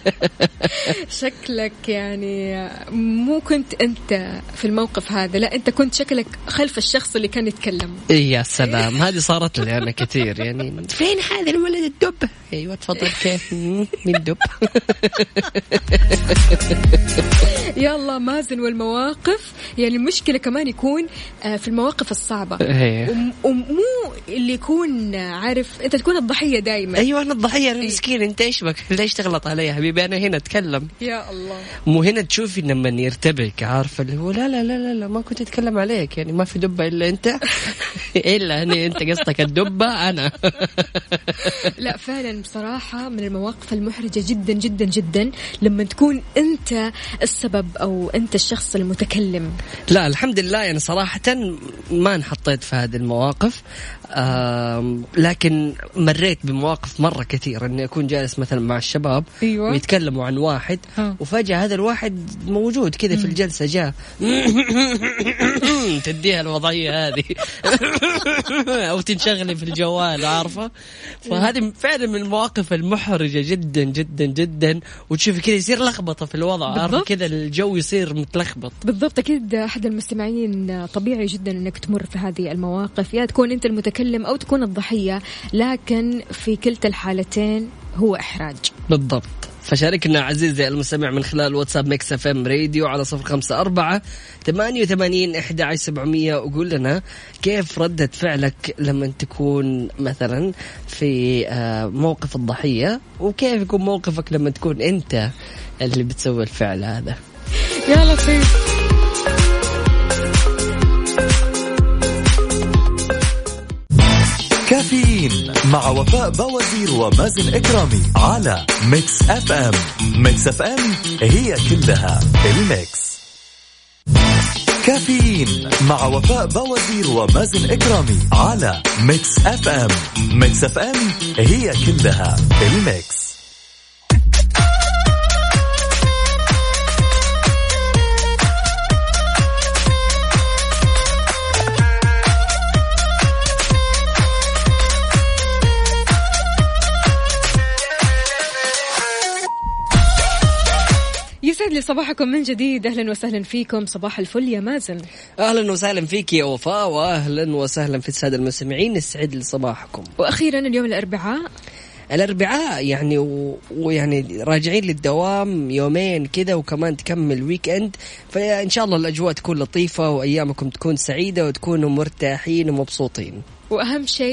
شكلك يعني مو كنت أنت في الموقف هذا، لا أنت كنت شكلك خلف الشخص اللي كان يتكلم. يا سلام. هذه صارت لي أنا كثير. يعني فين هذا الولد الدب؟ أيوة تفضل. كيف من دب؟ يلا مازن. والمواقف يعني المشكلة كمان يكون في المواقف الصعبة ومو اللي يكون عارف أنت تكون الضحية دائما. أيوة أنا الضحية أنا مسكين. أنت إيش بك ليش تغلط علي حبيبي؟ أنا هنا أتكلم. يا الله. مو هنا تشوفي لما يرتبك عارفة اللي هو لا لا لا لا, لا ما كنت أتكلم عليك يعني ما في دبة إلا أنت إلا أنا أنت قصدك الدبة أنا. لا فعلا بصراحة من المواقف المحرجة جدا جدا جدا لما تكون أنت السبب أو أنت الشخص المتكلم. لا الحمد لله يعني صراحة ما انحطيت في هذه المواقف، لكن مريت بمواقف مرة كثير أني أكون جالس مثلا مع الشباب أيوة. ويتكلموا عن واحد ها. وفجأة هذا الواحد موجود كذا في الجلسة جاء تديها الوضعية هذه أو تنشغلي في الجوال عارفة. فهذه فعلا من المواقف المحرجة جدا جدا جدا وتشوفي كذا يصير لخبطة في الوضع عارفة كذا الجو يصير متلخبط. بالضبط. أكيد أحد المستمعين طبيعي جدا أنك تمر في هذه المواقف يا تكون أنت المتكلم أو تكون الضحية لكن في كلتا الحالتين هو إحراج. بالضبط. فشاركنا عزيزي المستمع من خلال واتساب ميكس اف ام راديو على صفر خمسة أربعة ثمانية وثمانين أحد عشر سبعمية وقول لنا كيف ردة فعلك لما تكون مثلا في موقف الضحية وكيف يكون موقفك لما تكون أنت اللي بتسوي الفعل هذا. يا لطيف. كافيين مع وفاء بوازير ومازن إكرامي على ميكس اف ام. ميكس اف ام هي كلها الميكس. كافيين مع وفاء بوازير ومازن إكرامي على ميكس اف ام. ميكس اف ام هي كلها الميكس. يسعد لي صباحكم من جديد. أهلا وسهلا فيكم. صباح الفل يا مازن. أهلا وسهلا فيك يا وفاء وأهلا وسهلا في السادة المستمعين. يسعد لي صباحكم. وأخيرا اليوم الأربعاء الأربعاء يعني و... ويعني راجعين للدوام يومين كذا وكمان تكمل ويك اند فإن شاء الله الأجواء تكون لطيفة وأيامكم تكون سعيدة وتكونوا مرتاحين ومبسوطين. وأهم شيء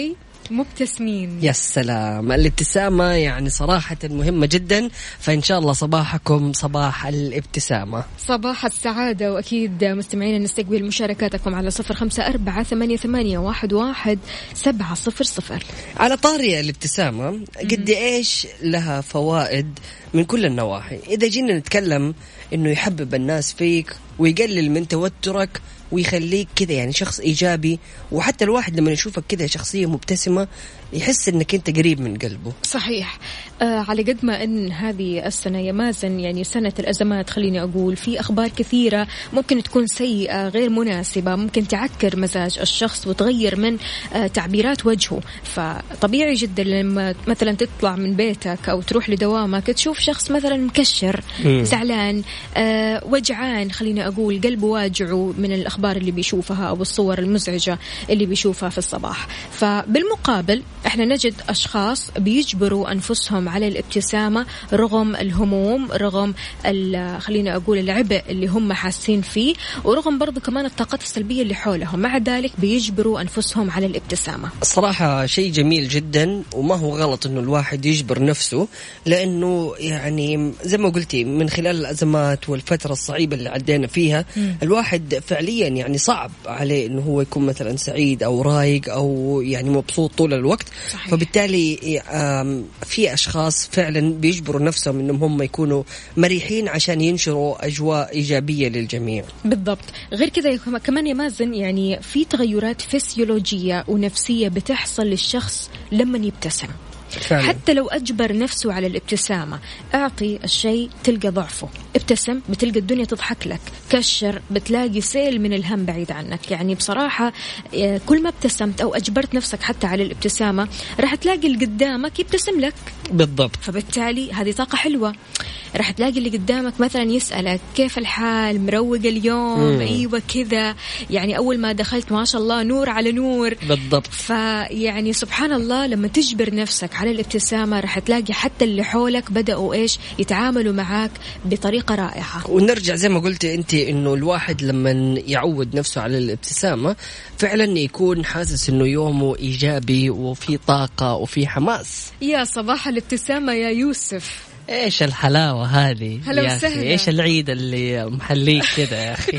مبتسمين. يا سلام، الابتسامة يعني صراحة مهمة جدا، فإن شاء الله صباحكم صباح الابتسامة، صباح السعادة. وأكيد مستمعين نستقبل مشاركاتكم على صفر خمسة أربعة ثمانية ثمانية واحد واحد سبعة صفر صفر. على طاري الابتسامة، قد إيش لها فوائد من كل النواحي. إذا جينا نتكلم إنه يحبب الناس فيك ويقلل من توترك ويخليك كذا يعني شخص إيجابي، وحتى الواحد لما يشوفك كذا شخصية مبتسمة يحس إنك أنت قريب من قلبه. صحيح. آه على قد ما أن هذه السنة يا مازن يعني سنة الأزمات، خليني أقول في أخبار كثيرة ممكن تكون سيئة غير مناسبة، ممكن تعكر مزاج الشخص وتغير من آه تعبيرات وجهه. فطبيعي جدا لما مثلا تطلع من بيتك أو تروح لدوامك تشوف شخص مثلا مكشر، زعلان، آه وجعان، خليني أقول قلبه واجعه من الأخبار اللي بيشوفها أو الصور المزعجة اللي بيشوفها في الصباح. فبالمقابل احنا نجد أشخاص بيجبروا أنفسهم على الابتسامة رغم الهموم، رغم خلينا أقول العبء اللي هم حاسين فيه، ورغم برضو كمان الطاقات السلبية اللي حولهم، مع ذلك بيجبروا أنفسهم على الابتسامة. الصراحة شيء جميل جدا، وما هو غلط إنه الواحد يجبر نفسه، لأنه يعني زي ما قلتي من خلال الأزمات والفترة الصعيبة اللي عدينا فيها م. الواحد فعليا يعني صعب عليه إنه هو يكون مثلا سعيد أو رايق أو يعني مبسوط طول الوقت. صحيح. فبالتالي في أشخاص فعلا بيجبروا نفسهم إنهم هم يكونوا مريحين عشان ينشروا أجواء إيجابية للجميع. بالضبط. غير كذا كمان يا مازن يعني في تغيرات فسيولوجية ونفسية بتحصل للشخص لما يبتسم فعلا. حتى لو أجبر نفسه على الابتسامة، أعطي الشيء تلقى ضعفه، ابتسم بتلقى الدنيا تضحك لك، كشر بتلاقي سيل من الهم بعيد عنك. يعني بصراحة كل ما ابتسمت أو أجبرت نفسك حتى على الابتسامة راح تلاقي اللي قدامك يبتسم لك. بالضبط. فبالتالي هذه طاقة حلوة. راح تلاقي اللي قدامك مثلا يسألك كيف الحال، مروق اليوم؟ مم. أيوة كذا، يعني أول ما دخلت ما شاء الله نور على نور. بالضبط. فيعني سبحان الله لما تجبر نفسك على الابتسامة راح تلاقي حتى اللي حولك بدأوا إيش يتعاملوا معاك بطريقة رائعة. ونرجع زي ما قلت أنت إنه الواحد لما يعود نفسه على الابتسامة فعلا يكون حاسس إنه يومه إيجابي وفي طاقة وفي حماس. يا صباح الابتسامة يا يوسف. ايش الحلاوة هذه يا أخي، ايش العيد اللي محليك كده يا أخي.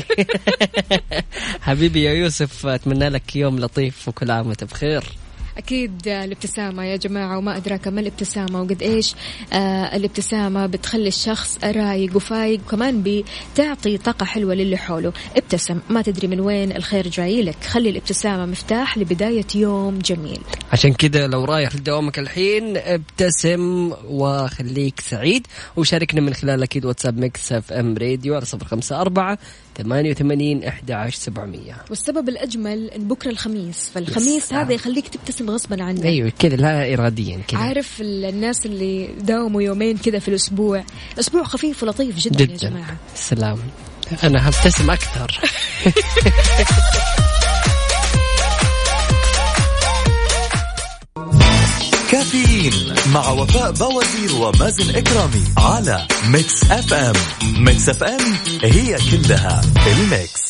حبيبي يا يوسف، أتمنى لك يوم لطيف وكل عام وانت بخير. أكيد الابتسامة يا جماعة، وما أدراك ما الابتسامة وقد إيش آه الابتسامة بتخلي الشخص رايق وفايق، وكمان بتعطي طاقة حلوة للي حوله. ابتسم، ما تدري من وين الخير جاي لك، خلي الابتسامة مفتاح لبداية يوم جميل. عشان كده لو رايح لدوامك الحين ابتسم وخليك سعيد، وشاركنا من خلال أكيد واتساب ميكس اف ام راديو على صفر خمسة أربعة ثمانية وثمانين أحد عشر سبعمية. والسبب الأجمل إن بكرة الخميس، فالخميس هذا يخليك تبتسم غصبا عنك. أيوة كده، لا إراديا كده. عارف الناس اللي داوموا يومين كده في الأسبوع، أسبوع خفيف ولطيف جدا, جداً. يا جماعة سلام، أنا هبتسم أكثر. كافيين مع وفاء بوازير ومازن إكرامي على ميكس اف ام. ميكس اف ام هي كلها الميكس.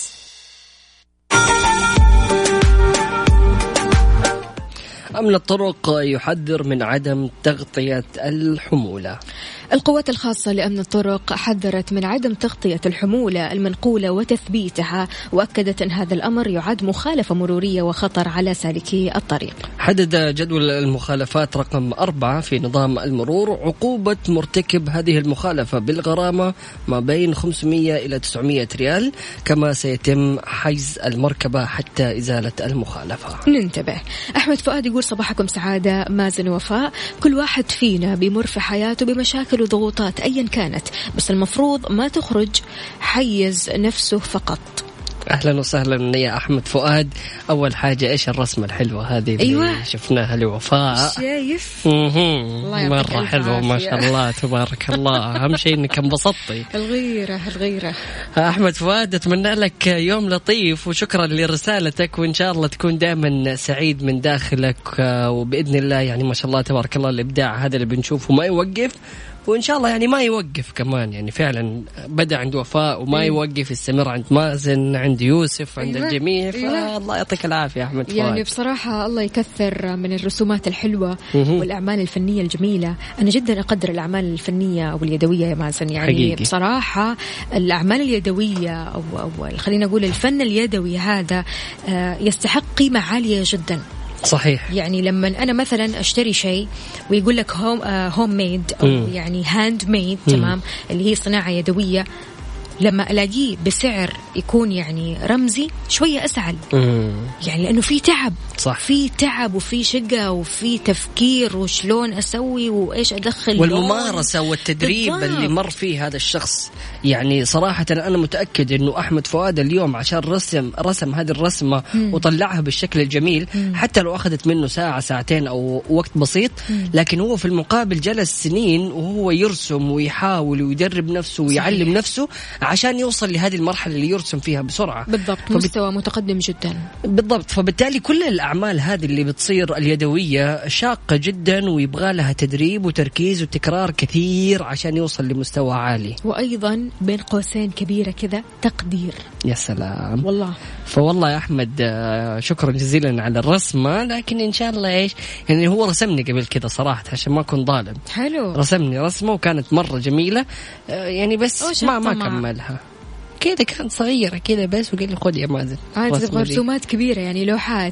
أمن الطرق يحذر من عدم تغطية الحمولة. القوات الخاصة لأمن الطرق حذرت من عدم تغطية الحمولة المنقولة وتثبيتها، وأكدت أن هذا الأمر يعد مخالفة مرورية وخطر على سالكي الطريق. حدد جدول المخالفات رقم أربعة في نظام المرور عقوبة مرتكب هذه المخالفة بالغرامة ما بين خمسمية إلى تسعمية ريال، كما سيتم حجز المركبة حتى إزالة المخالفة. ننتبه. أحمد فؤاد يقول صباحكم سعادة مازن وفاء، كل واحد فينا بيمر في حياته بمشاكل وضغوطات أيا كانت، بس المفروض ما تخرج حيز نفسه فقط. أهلا وسهلا يا أحمد فؤاد. أول حاجة إيش الرسمة الحلوة هذه اللي أيوة. شفناها لوفاء، شايف مرة حلوة ما شاء الله تبارك الله. أهم شيء إنك انبسطتي. الغيرة الغيرة. أحمد فؤاد أتمنى لك يوم لطيف، وشكرا لرسالتك، وإن شاء الله تكون دائما سعيد من داخلك، وبإذن الله يعني ما شاء الله تبارك الله الإبداع هذا اللي بنشوفه ما يوقف، وإن شاء الله يعني ما يوقف كمان، يعني فعلا بدأ عند وفاء وما يوقف، يستمر عند مازن، عند يوسف، عند أيوة. الجميع. فالله يعطيك العافية أحمد فؤاد. يعني بصراحة الله يكثر من الرسومات الحلوة والأعمال الفنية الجميلة. أنا جدا أقدر الأعمال الفنية أو اليدوية يا مازن، يعني حقيقي. بصراحة الأعمال اليدوية أو, أو خلينا نقول الفن اليدوي هذا يستحق قيمة عالية جدا. صحيح. يعني لما أنا مثلا أشتري شيء ويقول لك هوم هوم ميد أو م. يعني هاند ميد، تمام، اللي هي صناعة يدوية، لما ألاقيه بسعر يكون يعني رمزي شوية أسعل. مم. يعني لأنه في تعب، صح. في تعب وفي شقة وفي تفكير وشلون أسوي وإيش أدخل، والممارسة والتدريب بالضبط. اللي مر فيه هذا الشخص. يعني صراحة أنا متأكد أنه أحمد فؤاد اليوم عشان رسم رسم هذه الرسمة مم. وطلعها بالشكل الجميل، مم. حتى لو أخذت منه ساعة ساعتين أو وقت بسيط، مم. لكن هو في المقابل جلس سنين وهو يرسم ويحاول ويدرب نفسه ويعلم صحيح. نفسه عشان يوصل لهذه المرحلة اللي يرسم فيها بسرعة. بالضبط. فبت... مستوى متقدم جدا. بالضبط. فبالتالي كل الأعمال هذه اللي بتصير اليدوية شاقة جدا ويبغى لها تدريب وتركيز وتكرار كثير عشان يوصل لمستوى عالي، وأيضا بين قوسين كبيرة كذا تقدير. يا سلام والله. فوالله يا أحمد شكرا جزيلا على الرسمة، لكن إن شاء الله إيش يعني هو رسمني قبل كذا صراحة عشان ما أكون ظالم. حلو. رسمني رسمة وكانت مرة جميلة يعني، بس ما ما كملها كذا، كانت صغيرة كذا بس، وقال لي خذ يا مازن. عاد تبغى رسومات كبيرة يعني لوحات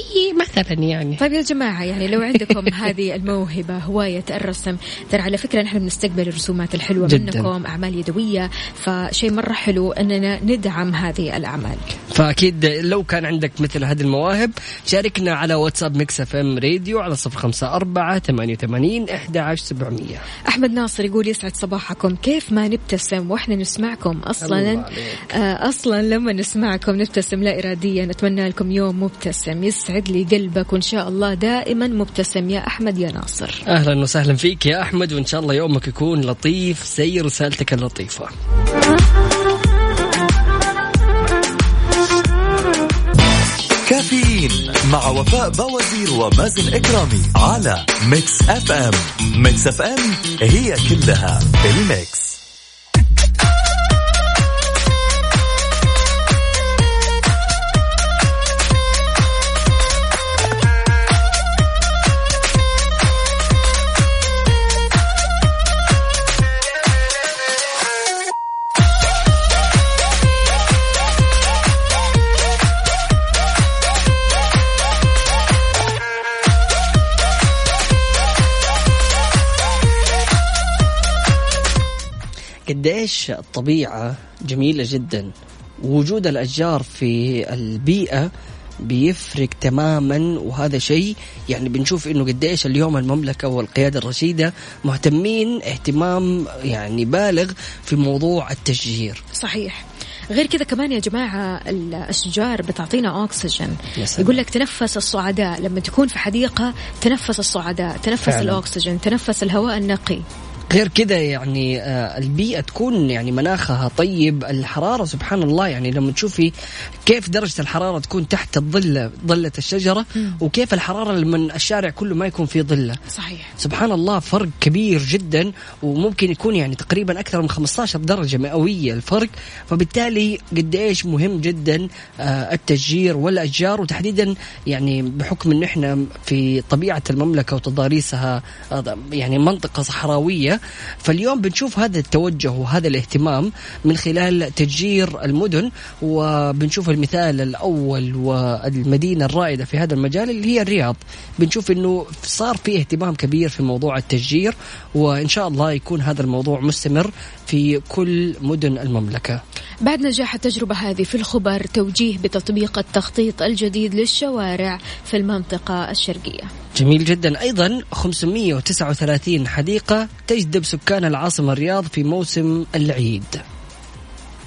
مثلا يعني. طيب يا جماعة، يعني لو عندكم هذه الموهبة هواية الرسم، ترى على فكرة نحن بنستقبل الرسومات الحلوة جداً. منكم أعمال يدوية، فشيء مرة حلو أننا ندعم هذه الأعمال. فأكيد لو كان عندك مثل هذه المواهب شاركنا على واتساب ميكس اف ام راديو على صفر خمسة أربعة ثمانية وثمانين أحد عشر سبعمية. أحمد ناصر يقول يسعد صباحكم، كيف ما نبتسم وإحنا نسمعكم أصلاً. آه أصلا لما نسمعكم نبتسم لا إراديا. نتمنى لكم يوم مبتسم، يسعد لي قلبك وإن شاء الله دائما مبتسم يا أحمد يا ناصر. أهلا وسهلا فيك يا أحمد، وإن شاء الله يومك يكون لطيف زي رسالتك اللطيفة. كافيين مع وفاء بوازير ومازن إكرامي على ميكس اف ام. ميكس اف ام هي كلها الميكس. قديش الطبيعة جميلة جدا، ووجود الأشجار في البيئة بيفرق تماما، وهذا شيء يعني بنشوف إنه قديش اليوم المملكة والقيادة الرشيدة مهتمين اهتمام يعني بالغ في موضوع التشجير. صحيح. غير كذا كمان يا جماعة الأشجار بتعطينا أكسجين. يقول لك تنفس الصعداء، لما تكون في حديقة تنفس الصعداء، تنفس فعلا. الأكسجين، تنفس الهواء النقي. غير كده يعني البيئة تكون يعني مناخها طيب، الحرارة سبحان الله يعني لما تشوفي كيف درجة الحرارة تكون تحت الظل ظلة الشجرة، م. وكيف الحرارة لما الشارع كله ما يكون فيه ظلة. صحيح. سبحان الله فرق كبير جدا، وممكن يكون يعني تقريبا أكثر من خمسة عشر درجة مئوية الفرق. فبالتالي قد إيش مهم جدا التشجير والأشجار، وتحديدا يعني بحكم إن إحنا في طبيعة المملكة وتضاريسها يعني منطقة صحراوية، فاليوم بنشوف هذا التوجه وهذا الاهتمام من خلال تشجير المدن. وبنشوف المثال الأول والمدينة الرائدة في هذا المجال اللي هي الرياض، بنشوف إنه صار فيه اهتمام كبير في موضوع التشجير، وإن شاء الله يكون هذا الموضوع مستمر في كل مدن المملكة. بعد نجاح التجربة هذه في الخبر توجيه بتطبيق التخطيط الجديد للشوارع في المنطقة الشرقية. جميل جدا. أيضا خمسمئة وتسعة وثلاثين حديقة تجذب سكان العاصمة الرياض في موسم العيد.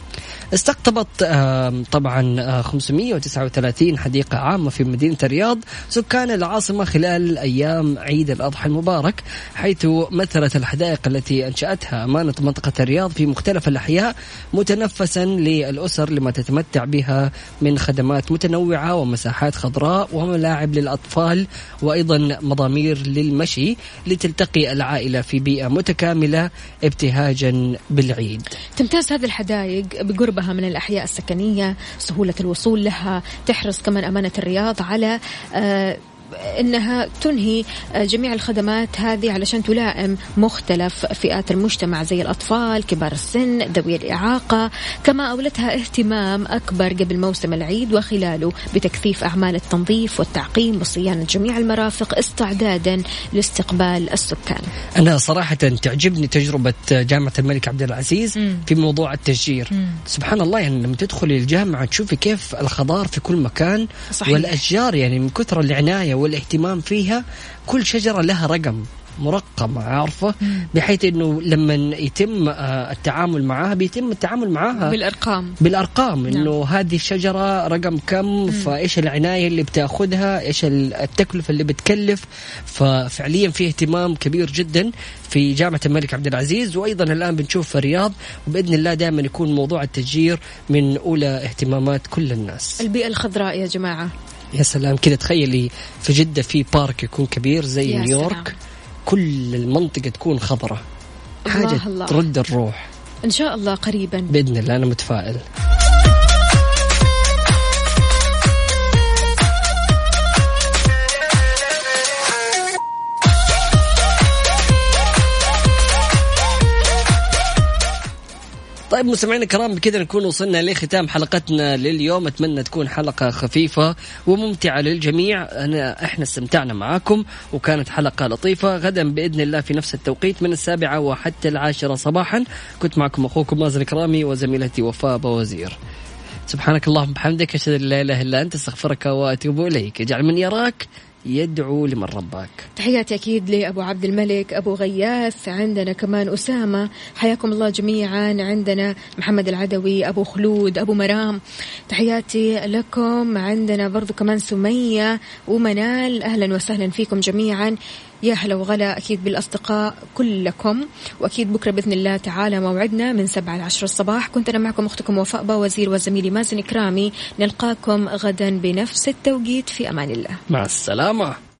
استقطبت طبعا خمسمئة وتسعة وثلاثين حديقة عامة في مدينة الرياض سكان العاصمة خلال أيام عيد الأضحى المبارك، حيث مثلت الحدائق التي أنشأتها أمانة منطقة الرياض في مختلف الأحياء متنفسا للأسر لما تتمتع بها من خدمات متنوعة ومساحات خضراء وملاعب للأطفال وأيضا مضامير للمشي لتلتقي العائلة في بيئة متكاملة ابتهاجا بالعيد. تمتاز هذه الحدائق بقربها من الأحياء السكنية، سهولة الوصول لها، تحرص كمان أمانة الرياض على آه إنها تنهي جميع الخدمات هذه علشان تلائم مختلف فئات المجتمع زي الأطفال، كبار السن، ذوي الإعاقة. كما أولتها اهتمام أكبر قبل موسم العيد وخلاله بتكثيف أعمال التنظيف والتعقيم وصيانة جميع المرافق استعدادا لاستقبال السكان. أنا صراحة تعجبني تجربة جامعة الملك عبد العزيز م. في موضوع التشجير. م. سبحان الله، يعني لما تدخلي الجامعة تشوفي كيف الخضار في كل مكان. صحيح. والأشجار يعني من كثر العناية والاهتمام فيها، كل شجرة لها رقم مرقم عارفة، بحيث انه لما يتم التعامل معها بيتم التعامل معها بالارقام بالارقام انه نعم. هذه الشجرة رقم كم، مم. فايش العناية اللي بتاخذها، ايش التكلفة اللي بتكلف. ففعليا في اهتمام كبير جدا في جامعة الملك عبد العزيز، وايضا الان بنشوف في الرياض، وباذن الله دائما يكون موضوع التشجير من اولى اهتمامات كل الناس. البيئة الخضراء يا جماعة، يا سلام كده، تخيلي في جدة في بارك يكون كبير زي نيويورك، سلام. كل المنطقة تكون خضرة، حاجة الله الله. ترد الروح. إن شاء الله قريبا بإذن الله، أنا متفائل. طيب مستمعينا الكرام، بكذا نكون وصلنا لختام حلقتنا لليوم. أتمنى تكون حلقة خفيفة وممتعة للجميع. أنا إحنا استمتعنا معاكم وكانت حلقة لطيفة. غدا بإذن الله في نفس التوقيت من السابعة وحتى العاشرة صباحا كنت معكم أخوكم مازن إكرامي وزميلتي وفاء بوزير. سبحانك اللهم وبحمدك، أشهد أن لا إله إلا أنت، استغفرك وأتوب إليك. اجعل من يراك يدعو لمن رباك. تحياتي أكيد لأبو عبد الملك، أبو غياث، عندنا كمان أسامة، حياكم الله جميعا. عندنا محمد العدوي، أبو خلود، أبو مرام، تحياتي لكم. عندنا برضو كمان سمية ومنال، أهلا وسهلا فيكم جميعا. يا هلا وغلا أكيد بالأصدقاء كلكم. وأكيد بكرة بإذن الله تعالى موعدنا من سبعة لعشرة الصباح. كنت أنا معكم أختكم وفاء باوزير وزميلي مازن إكرامي. نلقاكم غدا بنفس التوقيت، في أمان الله. مع السلامة.